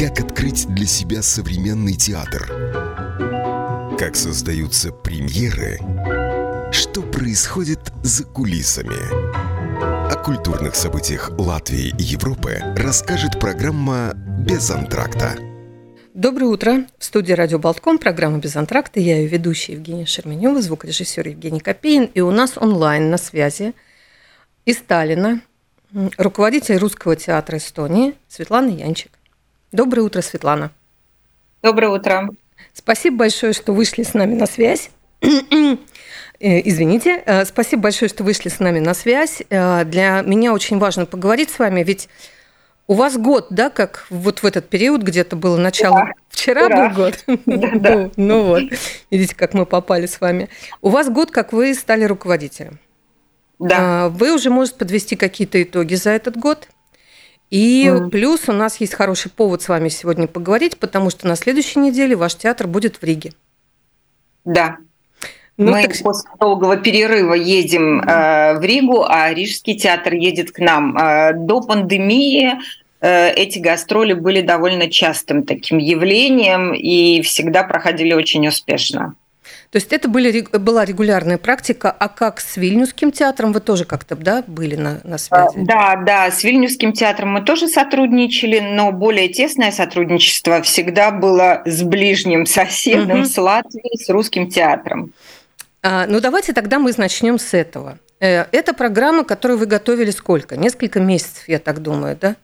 Как открыть для себя современный театр? Как создаются премьеры? Что происходит за кулисами? О культурных событиях Латвии и Европы расскажет программа «Без антракта». Доброе утро. В студии «Радио Болтком» программа «Без антракта». Я ее ведущая Евгения Шерменева, звукорежиссер Евгений Копеин. И у нас онлайн на связи из Таллина руководитель Русского театра Эстонии Светлана Янчик. Доброе утро, Светлана. Доброе утро. Спасибо большое, что вышли с нами на связь. Извините. Спасибо большое, что вышли с нами на связь. Для меня очень важно поговорить с вами, ведь у вас год, да, как вот в этот период где-то было начало. Да, вчера был год. Да. Ну вот, видите, как мы попали с вами. У вас год, как вы стали руководителем. Да. Вы уже можете подвести какие-то итоги за этот год. И плюс у нас есть хороший повод с вами сегодня поговорить, потому что на следующей неделе ваш театр будет в Риге. Да. Мы после долгого перерыва едем в Ригу, а Рижский театр едет к нам. До пандемии эти гастроли были довольно частым таким явлением и всегда проходили очень успешно. То есть это была регулярная практика, а как с Вильнюсским театром вы тоже как-то, да, были на связи? Да, с Вильнюсским театром мы тоже сотрудничали, но более тесное сотрудничество всегда было с ближним соседом, с Латвией, с Русским театром. Ну давайте тогда мы начнем с этого. Это программа, которую вы готовили сколько? Несколько месяцев, я так думаю, да?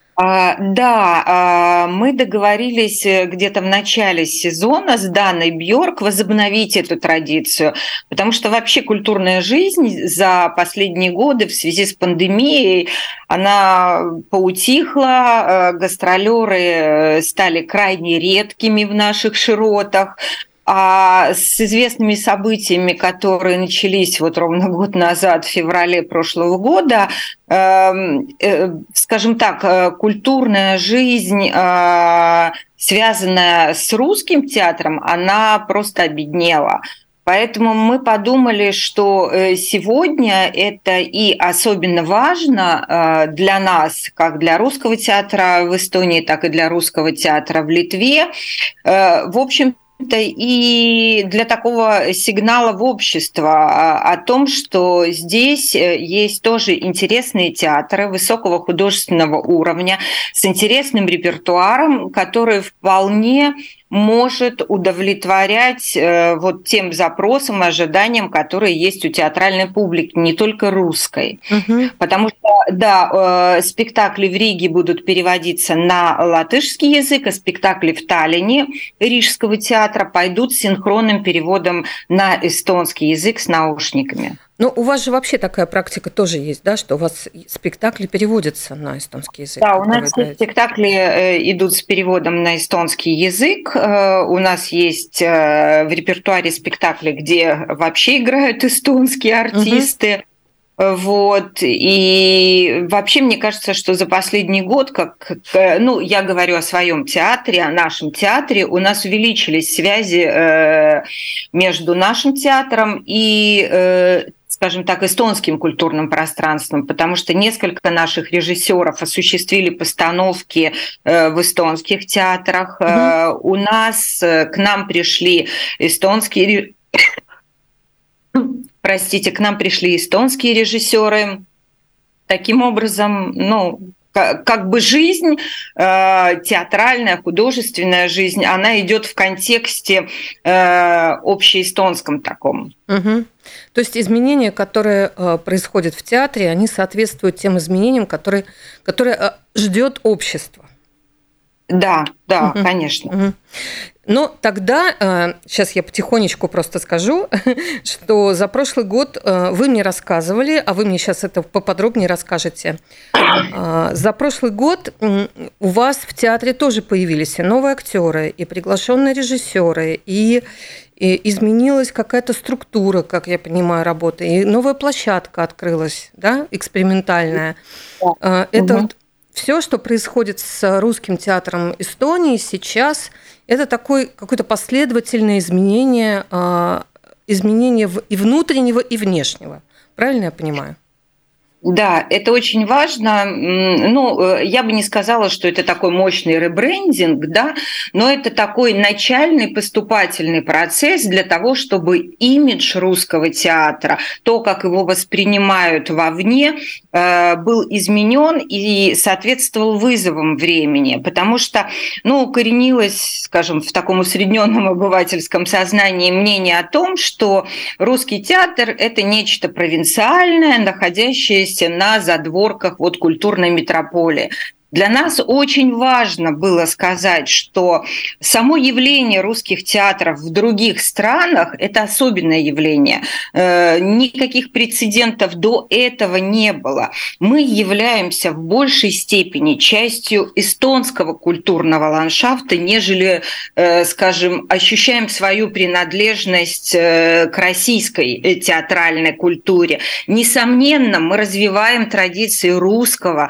Да, мы договорились где-то в начале сезона с Даной Бьорк возобновить эту традицию, потому что вообще культурная жизнь за последние годы в связи с пандемией, она поутихла, гастролеры стали крайне редкими в наших широтах. А с известными событиями, которые начались вот ровно год назад, в феврале прошлого года, скажем так, культурная жизнь, связанная с Русским театром, она просто обеднела. Поэтому мы подумали, что сегодня это и особенно важно для нас, как для Русского театра в Эстонии, так и для Русского театра в Литве. В общем, и для такого сигнала в общество о том, что здесь есть тоже интересные театры высокого художественного уровня с интересным репертуаром, который вполне может удовлетворять вот тем запросам и ожиданиям, которые есть у театральной публики, не только русской. Потому что, да, спектакли в Риге будут переводиться на латышский язык, а спектакли в Таллине Рижского театра пойдут с синхронным переводом на эстонский язык с наушниками. Ну, у вас же вообще такая практика тоже есть, да, что у вас спектакли переводятся на эстонский язык? Да, у нас все спектакли идут с переводом на эстонский язык. У нас есть в репертуаре спектакли, где вообще играют эстонские артисты. Вот. И вообще, мне кажется, что за последний год, ну, я говорю о своем театре, о нашем театре, у нас увеличились связи между нашим театром и скажем так, эстонским культурным пространством, потому что несколько наших режиссеров осуществили постановки в эстонских театрах. У нас к нам пришли эстонские режиссеры. Таким образом, ну, как бы жизнь, театральная, художественная жизнь, она идет в контексте общеэстонском таком. То есть изменения, которые происходят в театре, они соответствуют тем изменениям, которые ждет общество. Да, конечно. Но тогда, сейчас я потихонечку просто скажу, что за прошлый год вы мне рассказывали, а вы мне сейчас это поподробнее расскажете. За прошлый год у вас в театре тоже появились и новые актеры, и приглашенные режиссеры, и изменилась какая-то структура, как я понимаю, работы, и новая площадка открылась, да, экспериментальная. Это все, что происходит с Русским театром Эстонии сейчас, это такое какое-то последовательное изменение и внутреннего, и внешнего. Правильно я понимаю? Да, это очень важно. Ну, я бы не сказала, что это такой мощный ребрендинг, да, но это такой начальный поступательный процесс для того, чтобы имидж русского театра, то, как его воспринимают вовне, был изменен и соответствовал вызовам времени, потому что, ну, укоренилось, скажем, в таком усредненном обывательском сознании мнение о том, что русский театр – это нечто провинциальное, находящееся на задворках вот культурной метрополии. Для нас очень важно было сказать, что само явление русских театров в других странах – это особенное явление. Никаких прецедентов до этого не было. Мы являемся в большей степени частью эстонского культурного ландшафта, нежели, скажем, ощущаем свою принадлежность к российской театральной культуре. Несомненно, мы развиваем традиции русского,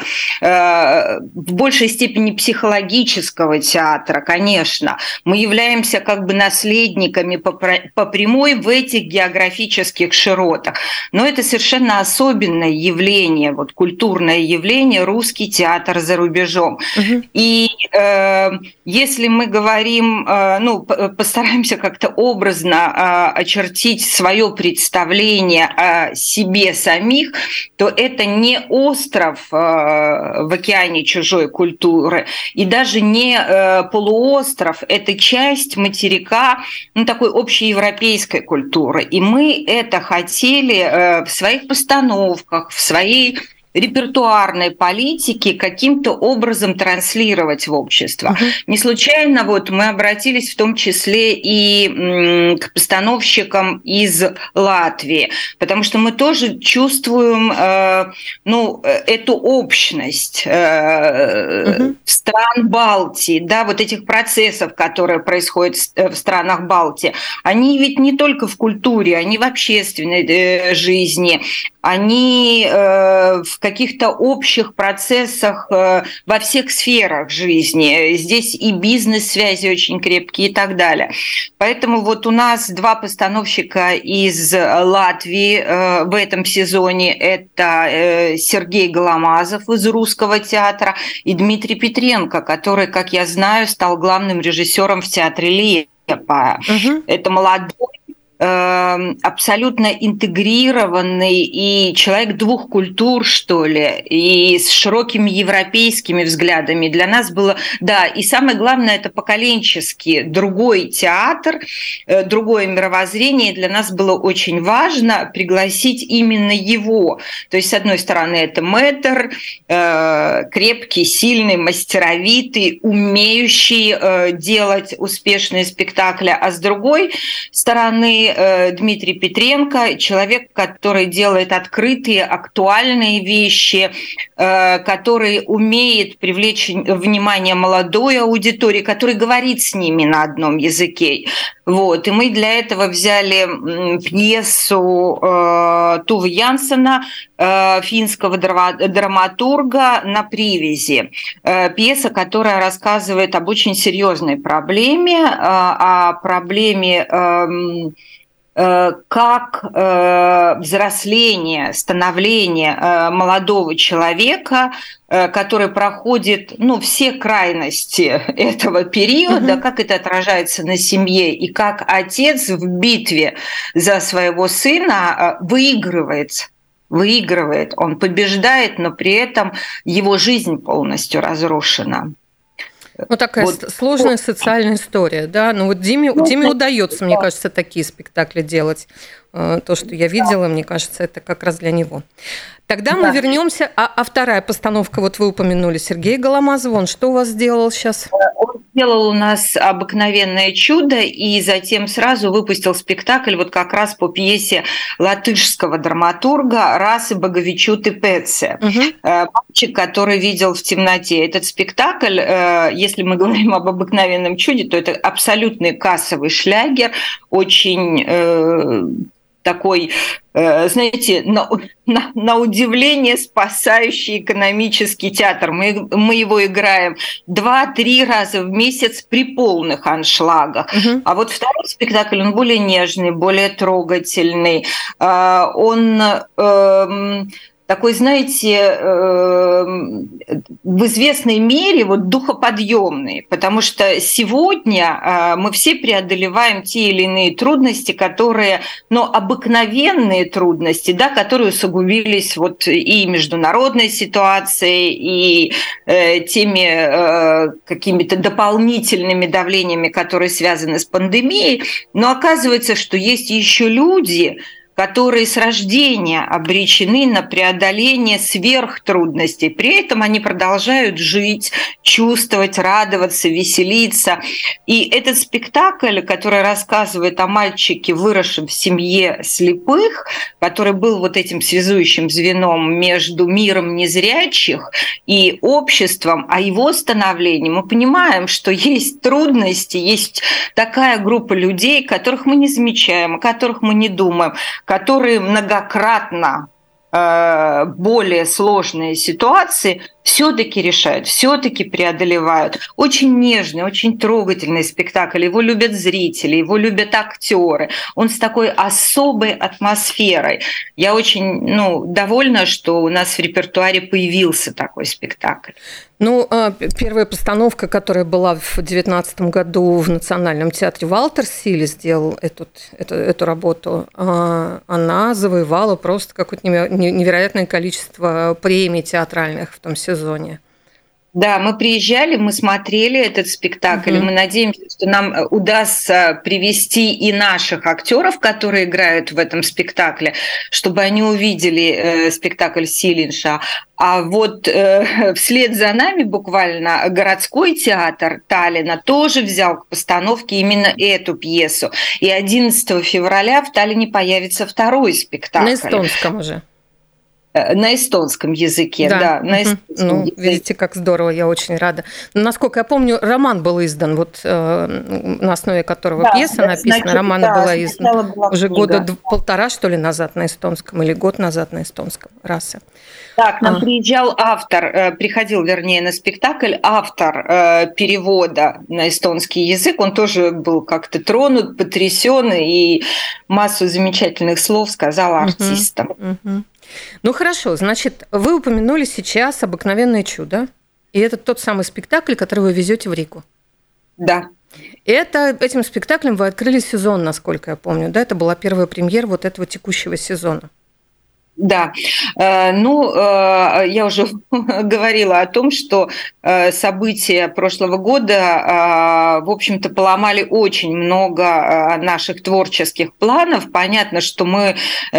в большей степени психологического театра, конечно. Мы являемся как бы наследниками по прямой в этих географических широтах. Но это совершенно особенное явление, вот культурное явление, русский театр за рубежом. И если мы говорим, ну, постараемся как-то образно очертить свое представление о себе самих, то это не остров в океане чужой культуры, и даже не полуостров, это часть материка, ну, такой общеевропейской культуры. И мы это хотели в своих постановках, в своей репертуарной политики каким-то образом транслировать в общество. Не случайно вот мы обратились в том числе и к постановщикам из Латвии, потому что мы тоже чувствуем ну, эту общность стран Балтии, да, вот этих процессов, которые происходят в странах Балтии. Они ведь не только в культуре, они в общественной жизни, они в каких-то общих процессах во всех сферах жизни. Здесь и бизнес-связи очень крепкие и так далее. Поэтому вот у нас два постановщика из Латвии в этом сезоне. Это Сергей Голомазов из Русского театра и Дмитрий Петренко, который, как я знаю, стал главным режиссером в театре Лепа. Это молодой, абсолютно интегрированный и человек двух культур, что ли, и с широкими европейскими взглядами. Для нас было, да, и самое главное, это поколенческий другой театр, другое мировоззрение. Для нас было очень важно пригласить именно его. То есть, с одной стороны, это мэтр, крепкий, сильный, мастеровитый, умеющий делать успешные спектакли, а с другой стороны, Дмитрий Петренко, человек, который делает открытые, актуальные вещи, который умеет привлечь внимание молодой аудитории, который говорит с ними на одном языке. Вот. И мы для этого взяли пьесу Тувы Янсена, финского драматурга, «На привязи». Пьеса, которая рассказывает об очень серьезной проблеме, о проблеме как взросление, становление молодого человека, который проходит, ну, все крайности этого периода, как это отражается на семье, и как отец в битве за своего сына выигрывает, он побеждает, но при этом его жизнь полностью разрушена. Ну, такая вот сложная социальная история, да. Ну, вот Диме удается, мне кажется, такие спектакли делать. То, что я видела, мне кажется, это как раз для него. Тогда мы вернемся. А вторая постановка, вот вы упомянули Сергея Голомазова, он что у вас сделал сейчас? Он сделал у нас «Обыкновенное чудо» и затем сразу выпустил спектакль вот как раз по пьесе латышского драматурга Расы Боговичуты Пеце. Мальчик, который видел в темноте. Этот спектакль, если мы говорим об «Обыкновенном чуде», то это абсолютный кассовый шлягер, очень такой, знаете, на удивление спасающий экономический театр. Мы его играем 2-3 раза в месяц при полных аншлагах. А вот второй спектакль, он более нежный, более трогательный. Он такой, знаете, в известной мере вот духоподъемный, потому что сегодня мы все преодолеваем те или иные трудности, которые, обыкновенные трудности, да, которые усугубились вот и международной ситуацией, и теми какими-то дополнительными давлениями, которые связаны с пандемией. Но оказывается, что есть еще люди, которые с рождения обречены на преодоление сверхтрудностей. При этом они продолжают жить, чувствовать, радоваться, веселиться. И этот спектакль, который рассказывает о мальчике, выросшем в семье слепых, который был вот этим связующим звеном между миром незрячих и обществом, о его становлении, мы понимаем, что есть трудности, есть такая группа людей, которых мы не замечаем, о которых мы не думаем, которые многократно более сложные ситуации все-таки решают, все-таки преодолевают. Очень нежный, очень трогательный спектакль. Его любят зрители, его любят актеры. Он с такой особой атмосферой. Я очень довольна, что у нас в репертуаре появился такой спектакль. Первая постановка, которая была в 2019 году в Национальном театре, Валтер Сили сделал эту работу, она завоевала просто какое-то невероятное количество премий театральных в том сезоне. Да, мы приезжали, мы смотрели этот спектакль, и мы надеемся, что нам удастся привести и наших актеров, которые играют в этом спектакле, чтобы они увидели спектакль Силинша. А вот вслед за нами буквально городской театр Таллина тоже взял к постановке именно эту пьесу. И 11 февраля в Таллине появится второй спектакль. На эстонском уже. На эстонском языке, да. На эстонском языке. Видите, как здорово, я очень рада. Насколько я помню, роман был издан, на основе которого пьеса написана. Роман была издан уже года полтора, что ли, назад на эстонском, или год назад на эстонском. Раз. Так, нам приходил на спектакль автор перевода на эстонский язык. Он тоже был как-то тронут, потрясен и массу замечательных слов сказал артистам. Хорошо, значит, вы упомянули сейчас «Обыкновенное чудо», и это тот самый спектакль, который вы везете в Ригу. Да. Этим спектаклем вы открыли сезон, насколько я помню, да? Это была первая премьера вот этого текущего сезона. Да, я уже говорила о том, что события прошлого года, в общем-то, поломали очень много наших творческих планов. Понятно, что мы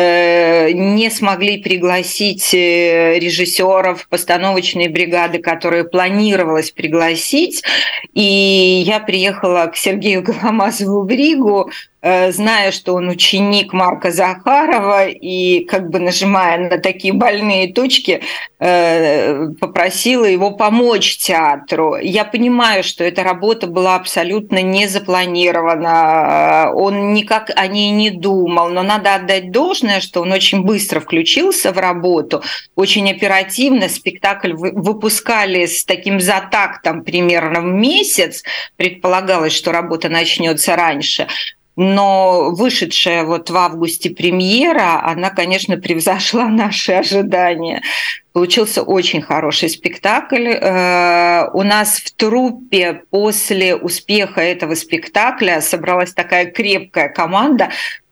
не смогли пригласить режиссеров постановочной бригады, которые планировалось пригласить. И я приехала к Сергею Голомазову в Ригу, зная, что он ученик Марка Захарова, и нажимая на такие больные точки, попросила его помочь театру. Я понимаю, что эта работа была абсолютно не запланирована, он никак о ней не думал, но надо отдать должное, что он очень быстро включился в работу, очень оперативно. Спектакль выпускали с таким затактом примерно в месяц, предполагалось, что работа начнется раньше. Но вышедшая в августе премьера, она, конечно, превзошла наши ожидания. Получился очень хороший спектакль. У нас в труппе после успеха этого спектакля собралась такая крепкая команда.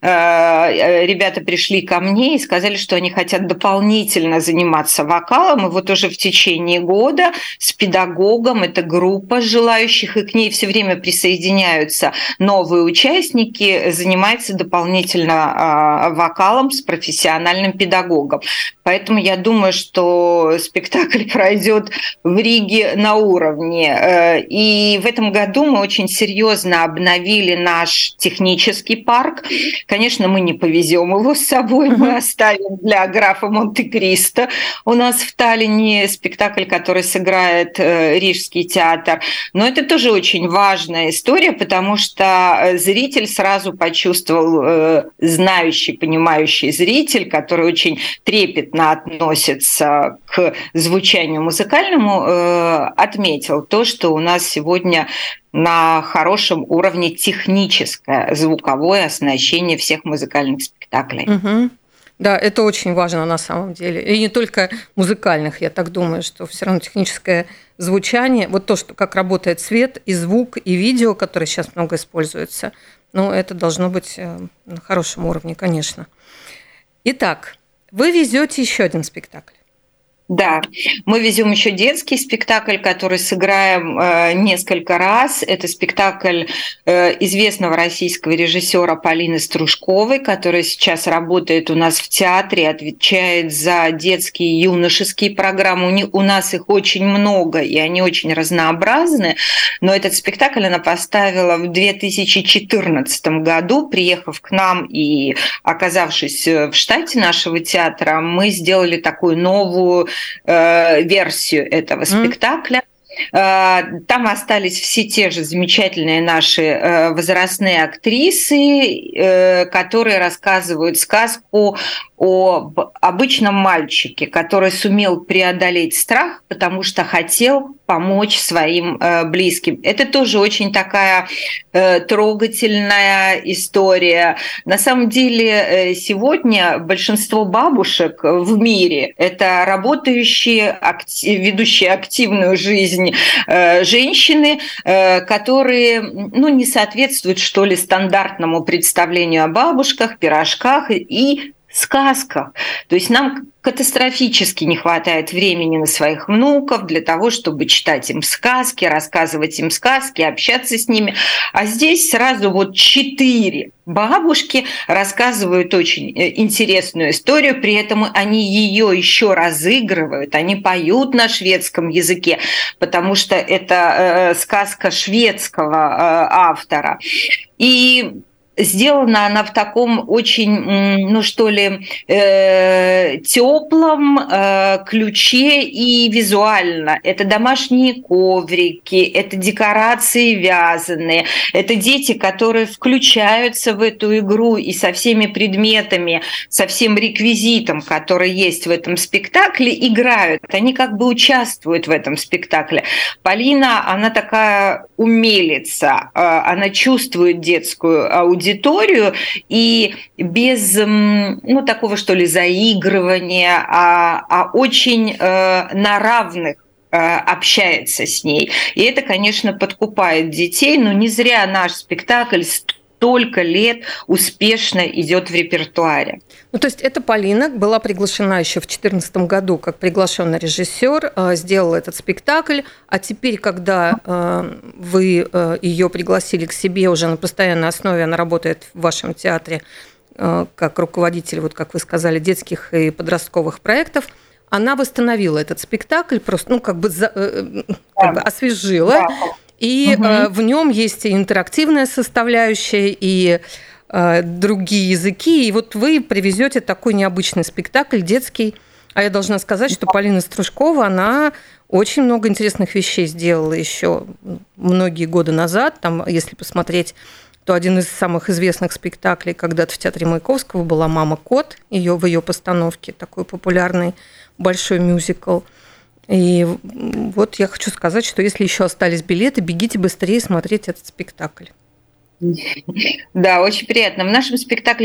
Ребята пришли ко мне и сказали, что они хотят дополнительно заниматься вокалом. И вот уже в течение года с педагогом, это группа желающих, и к ней все время присоединяются новые участники, занимается дополнительно вокалом с профессиональным педагогом. Поэтому я думаю, что спектакль пройдет в Риге на уровне. И в этом году мы очень серьезно обновили наш технический парк. Конечно, мы не повезем его с собой, мы оставим для графа Монте-Кристо. У нас в Таллине спектакль, который сыграет Рижский театр. Но это тоже очень важная история, потому что зритель сразу почувствовал, знающий, понимающий зритель, который очень трепетно относится к звучанию музыкальному, отметил то, что у нас сегодня на хорошем уровне техническое звуковое оснащение всех музыкальных спектаклей. Да, это очень важно на самом деле. И не только музыкальных, я так думаю, что все равно техническое звучание, вот то, что как работает свет и звук, и видео, которое сейчас много используется, ну, это должно быть на хорошем уровне, конечно. Итак, вы везете еще один спектакль. Да, мы везем еще детский спектакль, который сыграем несколько раз. Это спектакль известного российского режиссера Полины Стружковой, которая сейчас работает у нас в театре, отвечает за детские и юношеские программы. У нас их очень много, и они очень разнообразны. Но этот спектакль она поставила в 2014 году, приехав к нам и оказавшись в штате нашего театра, мы сделали такую новую версию этого спектакля. Там остались все те же замечательные наши возрастные актрисы, которые рассказывают сказку об обычном мальчике, который сумел преодолеть страх, потому что хотел помочь своим близким. Это тоже очень такая трогательная история. На самом деле сегодня большинство бабушек в мире – это работающие, ведущие активную жизнь женщины, которые не соответствуют, что ли, стандартному представлению о бабушках, пирожках и сказках. То есть нам катастрофически не хватает времени на своих внуков для того, чтобы читать им сказки, рассказывать им сказки, общаться с ними. А здесь сразу 4 бабушки рассказывают очень интересную историю, при этом они ее еще разыгрывают, они поют на шведском языке, потому что это сказка шведского автора. И сделана она в таком очень, теплом ключе и визуально. Это домашние коврики, это декорации вязаные, это дети, которые включаются в эту игру и со всеми предметами, со всем реквизитом, который есть в этом спектакле, играют. Они как бы участвуют в этом спектакле. Полина, она такая умелица, она чувствует детскую аудиторию, и без такого, что ли, заигрывания, а очень на равных общается с ней. И это, конечно, подкупает детей, но не зря наш спектакль столько лет успешно идет в репертуаре. То есть эта Полина была приглашена еще в 2014 году как приглашенный режиссер, сделала этот спектакль, а теперь, когда вы ее пригласили к себе уже на постоянной основе, она работает в вашем театре как руководитель, как вы сказали, детских и подростковых проектов, она восстановила этот спектакль, просто освежила. Да. И в нем есть и интерактивная составляющая, и другие языки. И вы привезете такой необычный спектакль детский. А я должна сказать, что Полина Стружкова, она очень много интересных вещей сделала еще многие годы назад. Там, если посмотреть, то один из самых известных спектаклей когда-то в театре Маяковского была «Мама-кот», в ее постановке, такой популярный большой мюзикл. И я хочу сказать, что если еще остались билеты, бегите быстрее смотреть этот спектакль. Да, очень приятно. В нашем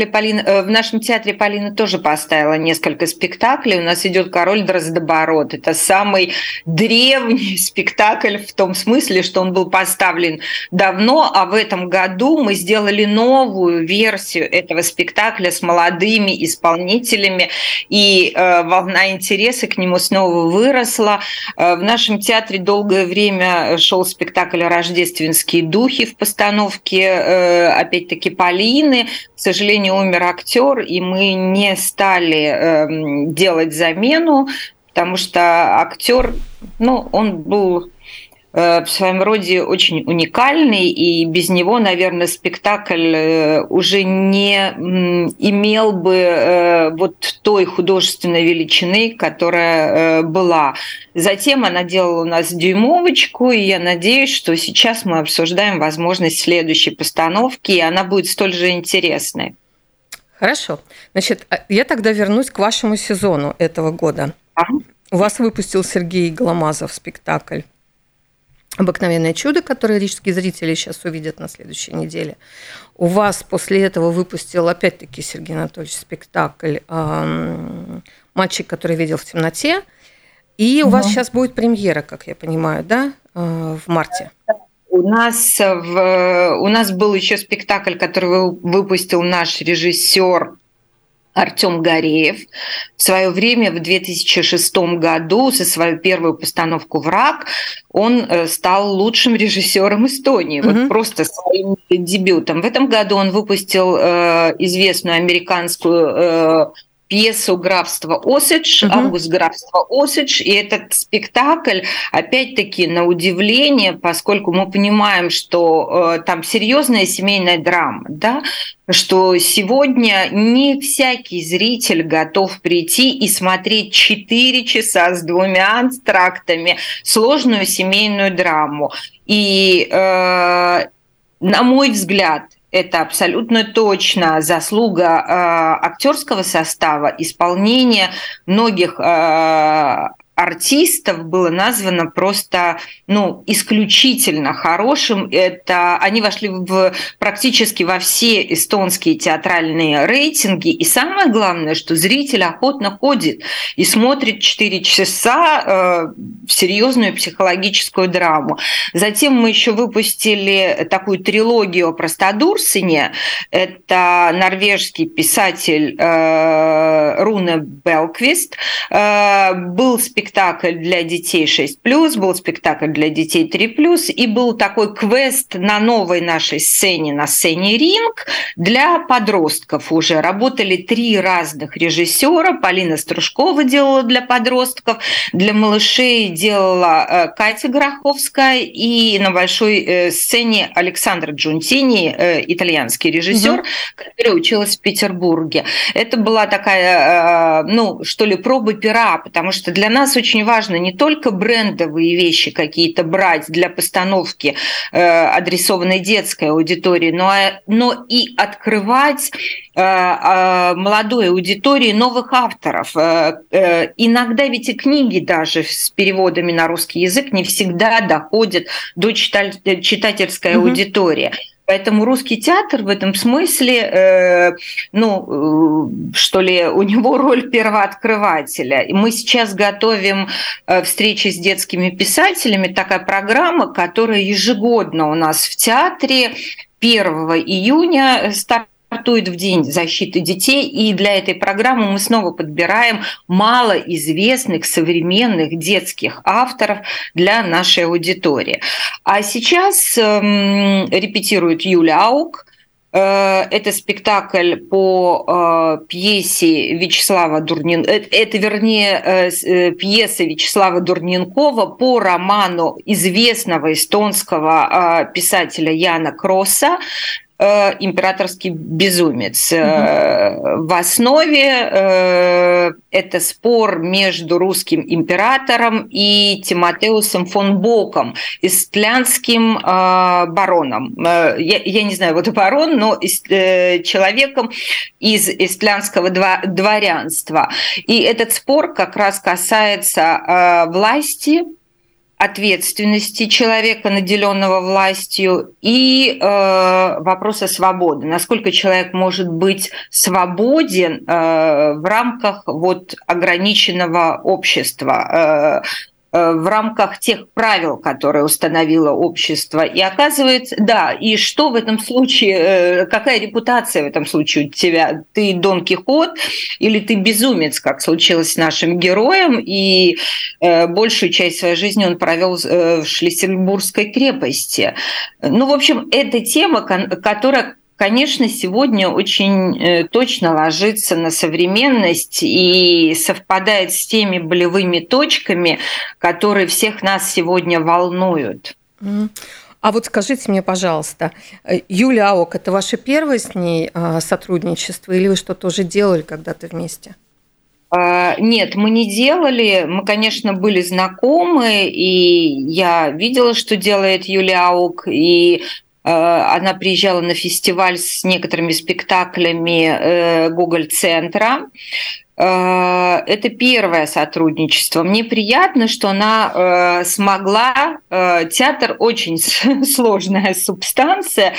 театре Полина тоже поставила несколько спектаклей. У нас идет «Король Дроздобород». Это самый древний спектакль в том смысле, что он был поставлен давно, а в этом году мы сделали новую версию этого спектакля с молодыми исполнителями, и волна интереса к нему снова выросла. В нашем театре долгое время шел спектакль «Рождественские духи» в постановке опять-таки Полины. К сожалению, умер актер, и мы не стали делать замену, потому что актер, он был в своем роде очень уникальный, и без него, наверное, спектакль уже не имел бы той художественной величины, которая была. Затем она делала у нас «Дюймовочку», и я надеюсь, что сейчас мы обсуждаем возможность следующей постановки, и она будет столь же интересной. Хорошо. Значит, я тогда вернусь к вашему сезону этого года. У вас выпустил Сергей Голомазов спектакль «Обыкновенное чудо», которое рижские зрители сейчас увидят на следующей неделе. У вас после этого выпустил, опять-таки, Сергей Анатольевич, спектакль «Мальчик, который видел в темноте». И у вас сейчас будет премьера, как я понимаю, да, в марте? У нас был еще спектакль, который выпустил наш режиссер Артем Гореев. В свое время, в 2006 году, за свою первую постановку «Враг», он стал лучшим режиссером Эстонии, вот просто своим дебютом. В этом году он выпустил известную американскую пьесу «Графство Осидж», «Август графства Осидж», и этот спектакль, опять-таки, на удивление, поскольку мы понимаем, что там серьезная семейная драма, да, что сегодня не всякий зритель готов прийти и смотреть 4 часа с 2 антрактами сложную семейную драму. И, на мой взгляд, это абсолютно точно заслуга актерского состава, исполнение многих артистов было названо просто исключительно хорошим. Они вошли практически во все эстонские театральные рейтинги. И самое главное, что зритель охотно ходит и смотрит 4 часа в серьезную психологическую драму. Затем мы еще выпустили такую трилогию о Простодурсене. Это норвежский писатель Руне Белквист. Был спектакль для детей 6+, был спектакль для детей 3+, и был такой квест на новой нашей сцене, на сцене «Ринг», для подростков уже. Работали 3 разных режиссера. Полина Стружкова делала для подростков, для малышей делала Катя Гороховская, и на большой сцене Александра Джунтини, итальянский режиссер, который училась в Петербурге. Это была такая, проба пера, потому что для нас очень важно не только брендовые вещи какие-то брать для постановки, адресованной детской аудитории, но и открывать молодой аудитории новых авторов. Иногда ведь и книги даже с переводами на русский язык не всегда доходят до читательской аудитории. Поэтому русский театр в этом смысле, у него роль первооткрывателя. И мы сейчас готовим встречи с детскими писателями, такая программа, которая ежегодно у нас в театре 1 июня стартует в День защиты детей, и для этой программы мы снова подбираем малоизвестных современных детских авторов для нашей аудитории. А сейчас репетирует Юля Аук. Это спектакль по пьесе Вячеслава Дурненкова. Пьеса Вячеслава Дурненкова по роману известного эстонского писателя Яна Кросса «Императорский безумец». В основе это спор между русским императором и Тимотеусом фон Боком, эстлянским бароном. Я не знаю, вот барон, но человеком из эстлянского дворянства. И этот спор как раз касается власти, ответственности человека, наделенного властью, и вопроса свободы. Насколько человек может быть свободен в рамках ограниченного общества, в рамках тех правил, которые установило общество. И оказывается, и что в этом случае, какая репутация в этом случае у тебя? Ты Дон Кихот или ты безумец, как случилось с нашим героем, и большую часть своей жизни он провел в Шлиссельбургской крепости. В общем, это тема, которая, конечно, сегодня очень точно ложится на современность и совпадает с теми болевыми точками, которые всех нас сегодня волнуют. А вот скажите мне, пожалуйста, Юля Аук, это ваше первое с ней сотрудничество, или вы что-то уже делали когда-то вместе? Нет, мы не делали. Мы, конечно, были знакомы, и я видела, что делает Юля Аук, и Она приезжала на фестиваль с некоторыми спектаклями Гоголь-центра. Это первое сотрудничество. Мне приятно, что она смогла. Театр очень сложная субстанция,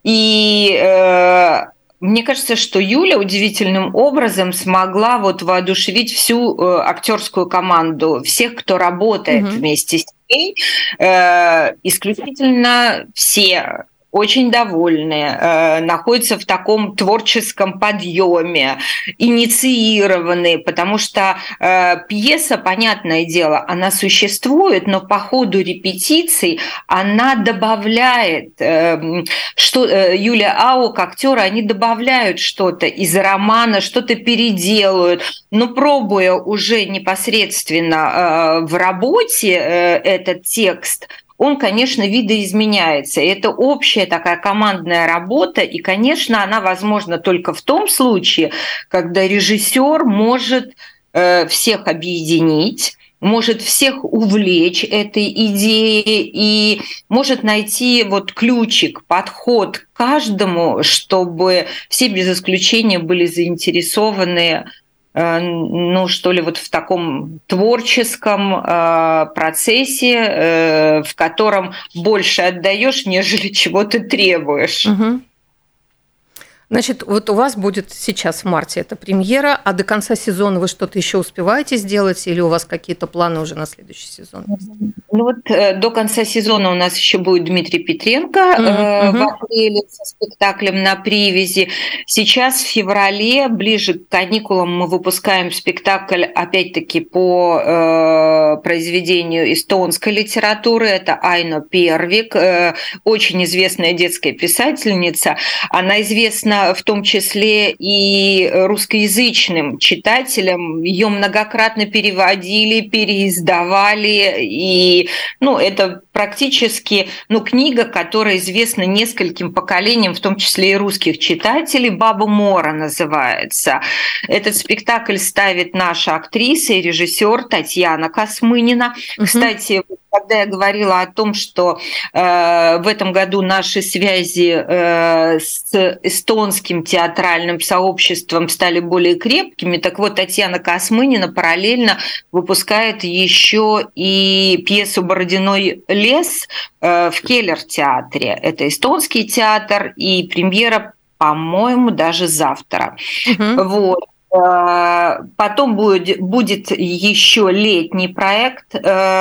и мне кажется, что Юля удивительным образом смогла воодушевить всю актерскую команду, всех, кто работает вместе с ней, исключительно все очень довольны, находятся в таком творческом подъеме, инициированные, потому что пьеса, понятное дело, она существует, но по ходу репетиций она добавляет, что Юлия Аук, актеры, они добавляют что-то из романа, что-то переделают, но пробуя уже непосредственно в работе этот текст, он, конечно, видоизменяется. И это общая такая командная работа, и, конечно, она возможна только в том случае, когда режиссер может всех объединить, может всех увлечь этой идеей и может найти ключик, подход к каждому, чтобы все без исключения были заинтересованы в таком творческом процессе, в котором больше отдаешь, нежели чего ты требуешь. Угу. Значит, вот у вас будет сейчас в марте эта премьера, а до конца сезона вы что-то еще успеваете сделать, или у вас какие-то планы уже на следующий сезон? До конца сезона у нас еще будет Дмитрий Петренко в апреле со спектаклем «На привязи». Сейчас в феврале, ближе к каникулам, мы выпускаем спектакль, опять-таки, по произведению эстонской литературы. Это Айно Первик, очень известная детская писательница. Она известна в том числе и русскоязычным читателям. Ее многократно переводили, переиздавали. И это практически книга, которая известна нескольким поколениям, в том числе и русских читателей. «Баба Мора» называется. Этот спектакль ставит наша актриса и режиссер Татьяна Космынина. Кстати, когда я говорила о том, что в этом году наши связи с эстонским театральным сообществом стали более крепкими, так вот, Татьяна Космынина параллельно выпускает еще и пьесу «Бородиной лес» в Келлер-театре. Это эстонский театр, и премьера, по-моему, даже завтра. Вот. Потом будет еще летний проект.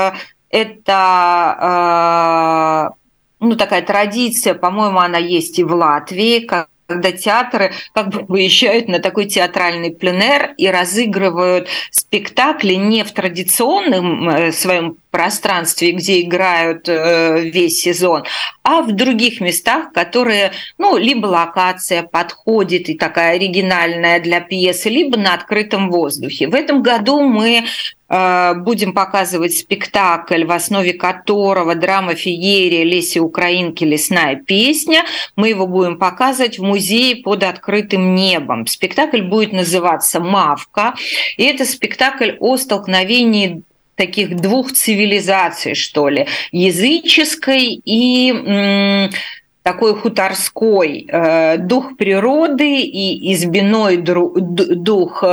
Это такая традиция, по-моему, она есть и в Латвии, когда театры выезжают на такой театральный пленэр и разыгрывают спектакли не в традиционном своем пространстве, где играют весь сезон, а в других местах, которые, либо локация подходит и такая оригинальная для пьесы, либо на открытом воздухе. В этом году мы будем показывать спектакль, в основе которого драма феерия Леси Украинки «Лесная песня». Мы его будем показывать в музее под открытым небом. Спектакль будет называться «Мавка». И это спектакль о столкновении таких двух цивилизаций, что ли, языческой и такой хуторской, дух природы и избиной дух.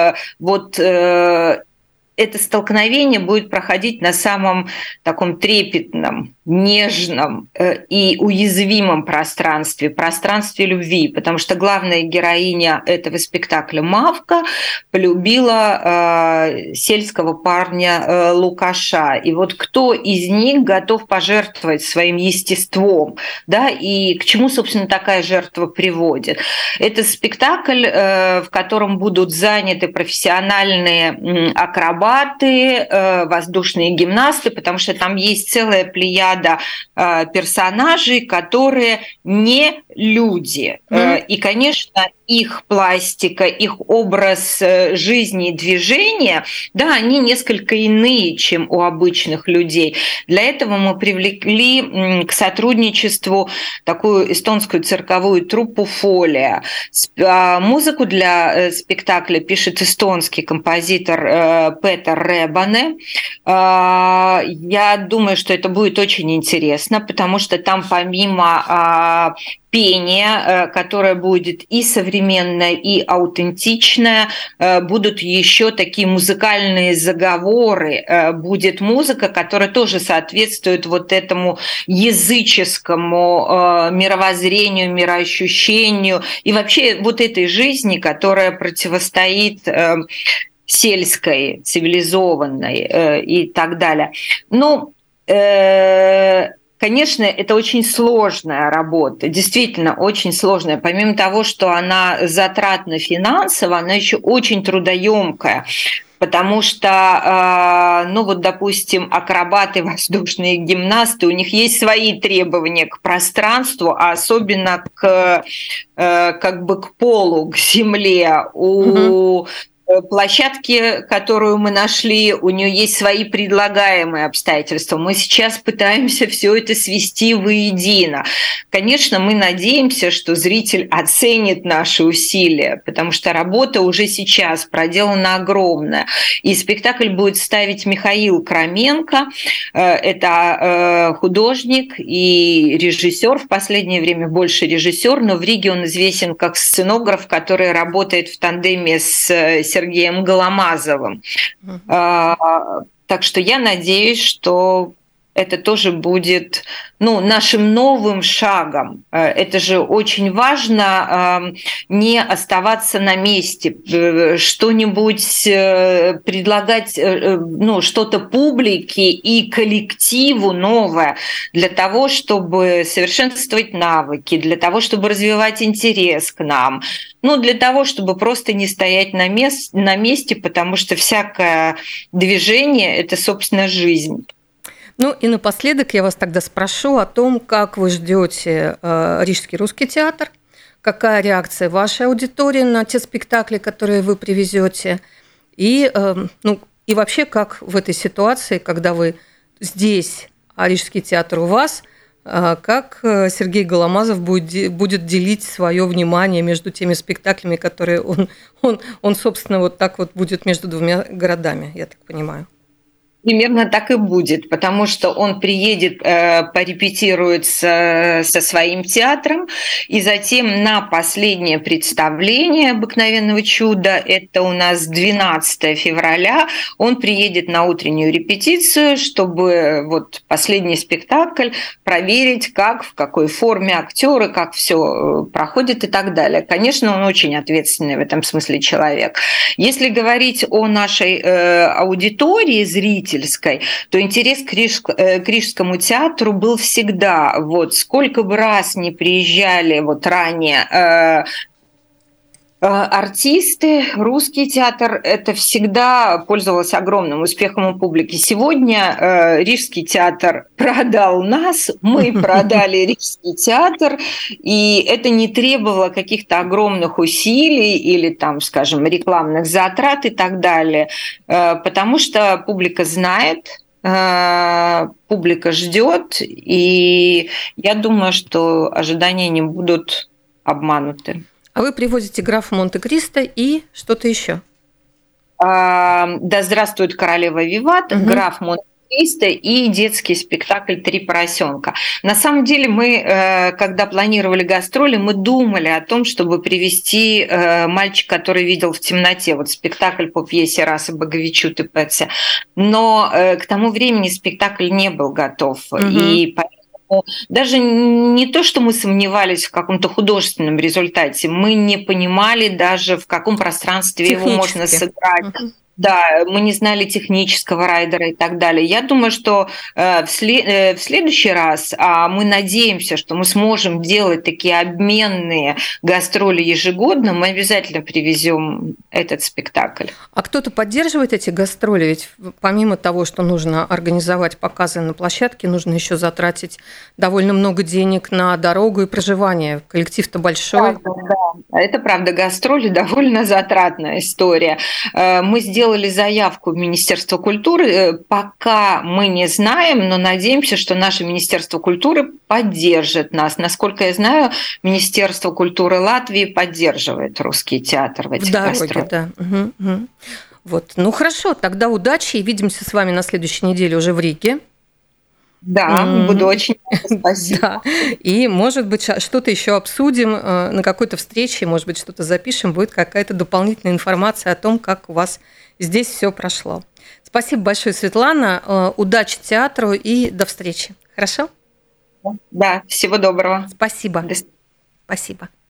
Это столкновение будет проходить на самом таком трепетном, нежном и уязвимом пространстве любви, потому что главная героиня этого спектакля Мавка полюбила сельского парня Лукаша. И вот кто из них готов пожертвовать своим естеством, да, и к чему, собственно, такая жертва приводит? Это спектакль, в котором будут заняты профессиональные акробаты, воздушные гимнасты, потому что там есть целая плеяда персонажей, которые не люди. И, конечно, их пластика, их образ жизни и движения, да, они несколько иные, чем у обычных людей. Для этого мы привлекли к сотрудничеству такую эстонскую цирковую труппу «Фолия». Музыку для спектакля пишет эстонский композитор Петер Ребане. Я думаю, что это будет очень интересно, потому что там помимо пение, которое будет и современное, и аутентичное, будут еще такие музыкальные заговоры, будет музыка, которая тоже соответствует вот этому языческому мировоззрению, мироощущению и вообще вот этой жизни, которая противостоит сельской, цивилизованной и так далее. Ну, конечно, это очень сложная работа, действительно очень сложная. Помимо того, что она затратна финансово, она еще очень трудоемкая. Потому что, ну вот, допустим, акробаты, воздушные гимнасты, у них есть свои требования к пространству, а особенно как бы к полу, к земле. У площадки, которую мы нашли, у нее есть свои предлагаемые обстоятельства. Мы сейчас пытаемся все это свести воедино. Конечно, мы надеемся, что зритель оценит наши усилия, потому что работа уже сейчас проделана огромная. И спектакль будет ставить Михаил Краменко. Это художник и режиссер. В последнее время больше режиссер, но в Риге он известен как сценограф, который работает в тандеме с Сергеем Голомазовым. Так что я надеюсь, что это тоже будет, ну, нашим новым шагом. Это же очень важно, не оставаться на месте, что-нибудь предлагать, ну, что-то публике и коллективу новое для того, чтобы совершенствовать навыки, для того, чтобы развивать интерес к нам, ну, для того, чтобы просто не стоять на месте, потому что всякое движение – это, собственно, жизнь. Ну и напоследок я вас тогда спрошу о том, как вы ждете Рижский русский театр, какая реакция вашей аудитории на те спектакли, которые вы привезете, и вообще как в этой ситуации, когда вы здесь, а Рижский театр у вас, как Сергей Голомазов будет делить свое внимание между теми спектаклями, которые он собственно, вот так вот будет между двумя городами, я так понимаю. Примерно так и будет, потому что он приедет, порепетирует со своим театром, и затем на последнее представление «Обыкновенного чуда», это у нас 12 февраля, он приедет на утреннюю репетицию, чтобы вот последний спектакль проверить, как, в какой форме актеры, как все проходит и так далее. Конечно, он очень ответственный в этом смысле человек. Если говорить о нашей аудитории, зрителей, то интерес к Рижскому театру был всегда. Вот сколько бы раз не приезжали вот ранее артисты, русский театр, это всегда пользовалось огромным успехом у публики. Сегодня Рижский театр продал нас, мы продали Рижский театр, и это не требовало каких-то огромных усилий или, там, скажем, рекламных затрат и так далее, потому что публика знает, публика ждет, и я думаю, что ожидания не будут обмануты. А вы привозите графа Монте-Кристо и что-то еще? Да здравствует королева Виват, граф Монте-Кристо и детский спектакль «Три поросенка». На самом деле мы, когда планировали гастроли, мы думали о том, чтобы привезти «Мальчик, который видел в темноте», вот спектакль по пьесе Раса Боговичуты Петси. Но к тому времени спектакль не был готов, и даже не то, что мы сомневались в каком-то художественном результате, мы не понимали даже, в каком пространстве его можно сыграть. Да, мы не знали технического райдера и так далее. Я думаю, что в следующий раз мы надеемся, что мы сможем делать такие обменные гастроли ежегодно. Мы обязательно привезем этот спектакль. А кто-то поддерживает эти гастроли? Ведь помимо того, что нужно организовать показы на площадке, нужно еще затратить довольно много денег на дорогу и проживание. Коллектив-то большой. Да, это правда, гастроли довольно затратная история. Мы сделали заявку в Министерство культуры. Пока мы не знаем, но надеемся, что наше Министерство культуры поддержит нас. Насколько я знаю, Министерство культуры Латвии поддерживает русский театр в этих гастролях. Да. Угу. Вот. Ну хорошо, тогда удачи и видимся с вами на следующей неделе уже в Риге. Да, буду очень рада, спасибо. Да. И, может быть, что-то еще обсудим на какой-то встрече, может быть, что-то запишем, будет какая-то дополнительная информация о том, как у вас здесь все прошло. Спасибо большое, Светлана. Удачи театру и до встречи. Хорошо? Да, всего доброго. Спасибо. Спасибо.